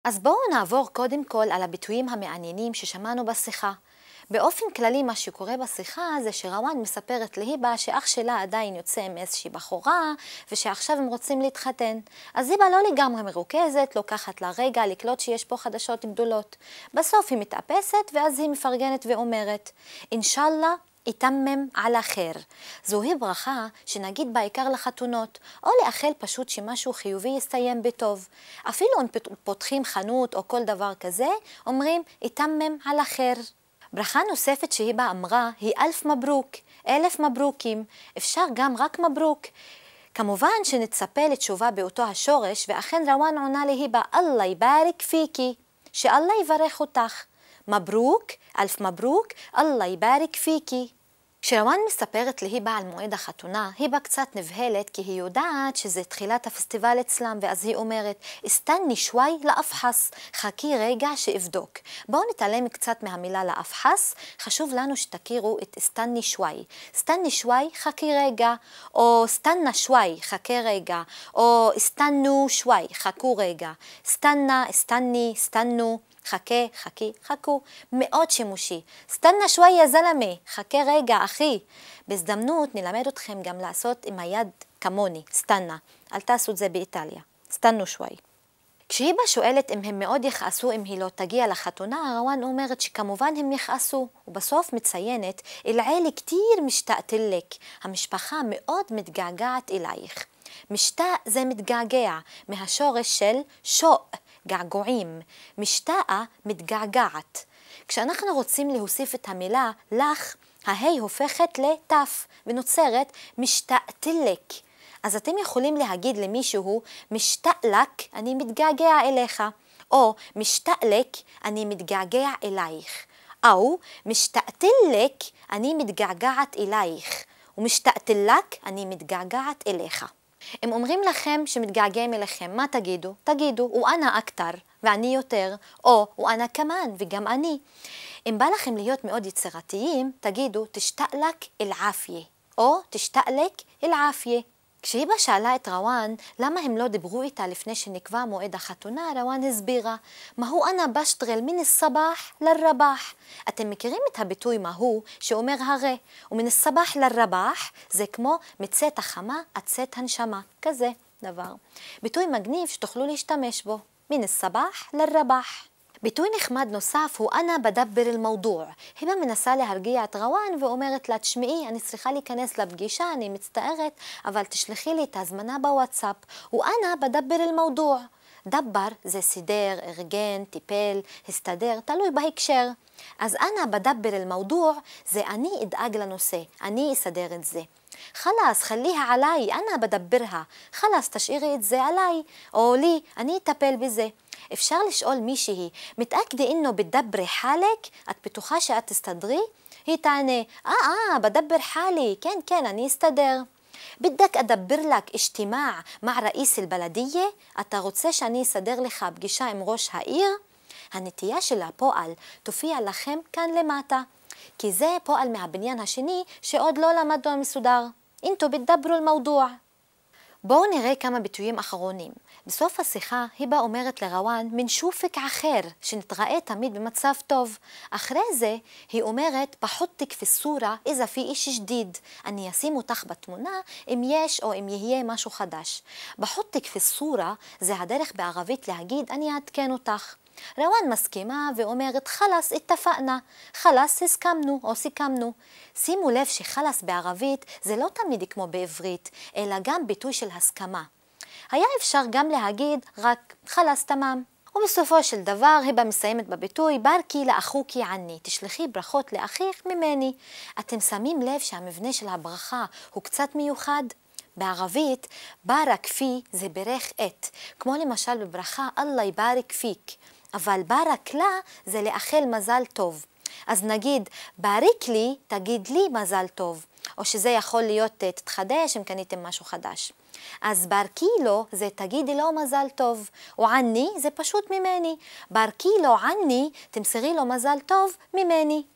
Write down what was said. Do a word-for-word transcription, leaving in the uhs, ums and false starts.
אז בואו נעבור קודם כל על הביטויים המעניינים ששמענו בשיחה. באופן כללי מה שקורה בשיחה זה שרוואן מספרת להיבה שאח שלה עדיין יוצא עם איזושהי בחורה ושעכשיו הם רוצים להתחתן. אז היבה לא לגמרי מרוכזת, לוקחת לה רגע לקלוט שיש פה חדשות גדולות. בסוף היא מתאפסת ואז היא מפרגנת ואומרת אינשאללה יתמם על אחר. זוהי ברכה שנגיד בעיקר לחתונות, או לאחל פשוט שמשהו חיובי יסתיים בטוב. אפילו אם פותחים חנות או כל דבר כזה, אומרים יתמם על אחר. ברכה נוספת שהיבה אמרה היא אלף מברוק, אלף מברוקים, אפשר גם רק מברוק. כמובן שנצפה לתשובה באותו השורש, ואכן רוואן עונה להיבה אללה יבארק פיקי, שאללה יברך אותך. מברוק, אלף מברוק, אללה יבארק פיקי. כשרוואן מספרת להיבה על מועד החתונה, היבה קצת נבהלת כי היא יודעת שזה תחילת הפסטיבל אצלם, ואז היא אומרת, הסתני שווי לאפחס, חכי רגע שאבדוק. בואו נתעלם קצת מהמילה לאפחס, חשוב לנו שתכירו את הסתני שווי. הסתני שווי, חכי רגע, או הסתנה שווי, חכה רגע, או הסתנו שווי, חכו רגע. הסתנה, הסתני, הסתנו. חכה, חכי, חכו, מאוד שימושי. סתנה שווי יא זלמה, חכה רגע אחי. בהזדמנות נלמד אתכם גם לעשות עם היד כמוני, סתנה. אל תעשו את זה באיטליה. סתנו שווי. כשהיבה שואלת אם הם מאוד יכעסו אם היא לא תגיע לחתונה, רוואן אומרת שכמובן הם יכעסו, ובסוף מציינת, אל-עילי כתיר משתאת לק, המשפחה מאוד מתגעגעת אלייך. משתא זה מתגעגע, מהשורש של שוא, געגועים. משתאה מתגעגעת. כשאנחנו רוצים להוסיף את המילה לך, ההי הופכת לתף ונוצרת משתאתלק. אז אתם יכולים להגיד למישהו משתאלק, אני מתגעגע אליך, או משתאלק, אני מתגעגע אלייך, או משתאתלק, אני מתגעגעת אלייך, ומשתאתלק, אני מתגעגעת אליך. אם אומרים לכם שמתגעגעים אליכם, מה תגידו? תגידו, ואנה אקטר, ואני יותר, או ואנה כמן, וגם אני. אם בא לכם להיות מאוד יצירתיים, תגידו, תשתאלק אל-עפיה, או תשתאלק אל-עפיה. כשהיבה שאלה את רוואן למה הם לא דיברו איתה לפני שנקבע מועד החתונה, רוואן הסבירה, מהו אנה בשטרל מן הסבח לרבח. אתם מכירים את הביטוי מהו שאומר הרי, ומן הסבח לרבח זה כמו מצאת החמה עד צאת הנשמה, כזה דבר. ביטוי מגניב שתוכלו להשתמש בו, מן הסבח לרבח. ביטוי נחמד נוסף הוא אנה בדבר אל-מודוע. היבה מנסה להרגיע את רוואן ואומרת לה, תשמעי, אני צריכה להיכנס לפגישה, אני מצטערת, אבל תשלחי לי את ההזמנה בוואטסאפ. ואנה בדבר אל-מודוע. דבר זה סידר, ארגן, טיפל, הסתדר, תלוי בהקשר. אז אנה בדבר אל-מודוע זה אני אדאג לנושא, אני אסדר את זה. חלאס, חליה עליי, אנה בדברها. חלאס, תשאירי את זה עליי, או לי, אני אטפל בזה. אפשר לשאול מישהי, מתאכדי אינו בדברי חלק? את בטוחה שאת תסתדרי? היא תענה, אה, אה, בדבר חלי, כן, כן, אני אסתדר. بدك אדבר לך اجتماع مع رئيس البلدية? אתה רוצה שאני אסדר לך פגישה עם ראש העיר? הנטייה של הפועל תופיע לכם כאן למטה, כי זה פועל מהבניין השני שעוד לא למדנו מסודר. אינתו בדברו אל-מודוע. בואו נראה כמה ביטויים אחרונים. בסוף השיחה היבה אומרת לרוואן מן שופק אחר, שנתראה תמיד במצב טוב. אחרי זה היא אומרת בחוטק פי סורה איזה פי איש ג'דיד, אני אשים אותך בתמונה אם יש או אם יהיה משהו חדש. בחוטק פי סורה זה הדרך בערבית להגיד אני אעדכן אותך. רוואן מסכימה ואומרת חלס התפקנה, חלס הסכמנו או סיכמנו. שימו לב שחלס בערבית זה לא תמיד כמו בעברית, אלא גם ביטוי של הסכמה. היה אפשר גם להגיד רק חלס תמם. ובסופו של דבר היבה מסיימת בביטוי ברקי לאחוקי עני, תשלחי ברכות לאחיך ממני. אתם שמים לב שהמבנה של הברכה הוא קצת מיוחד? בערבית ברק פי זה ברך את, כמו למשל בברכה אללה יבארק פיק. אבל ברק לה זה לאחל מזל טוב. אז נגיד, בריק לי, תגיד לי מזל טוב. או שזה יכול להיות תתחדש אם קניתם משהו חדש. אז ברקי לו זה תגידי לו מזל טוב. ועני זה פשוט ממני. ברקי לו עני, תמסרי לו מזל טוב ממני.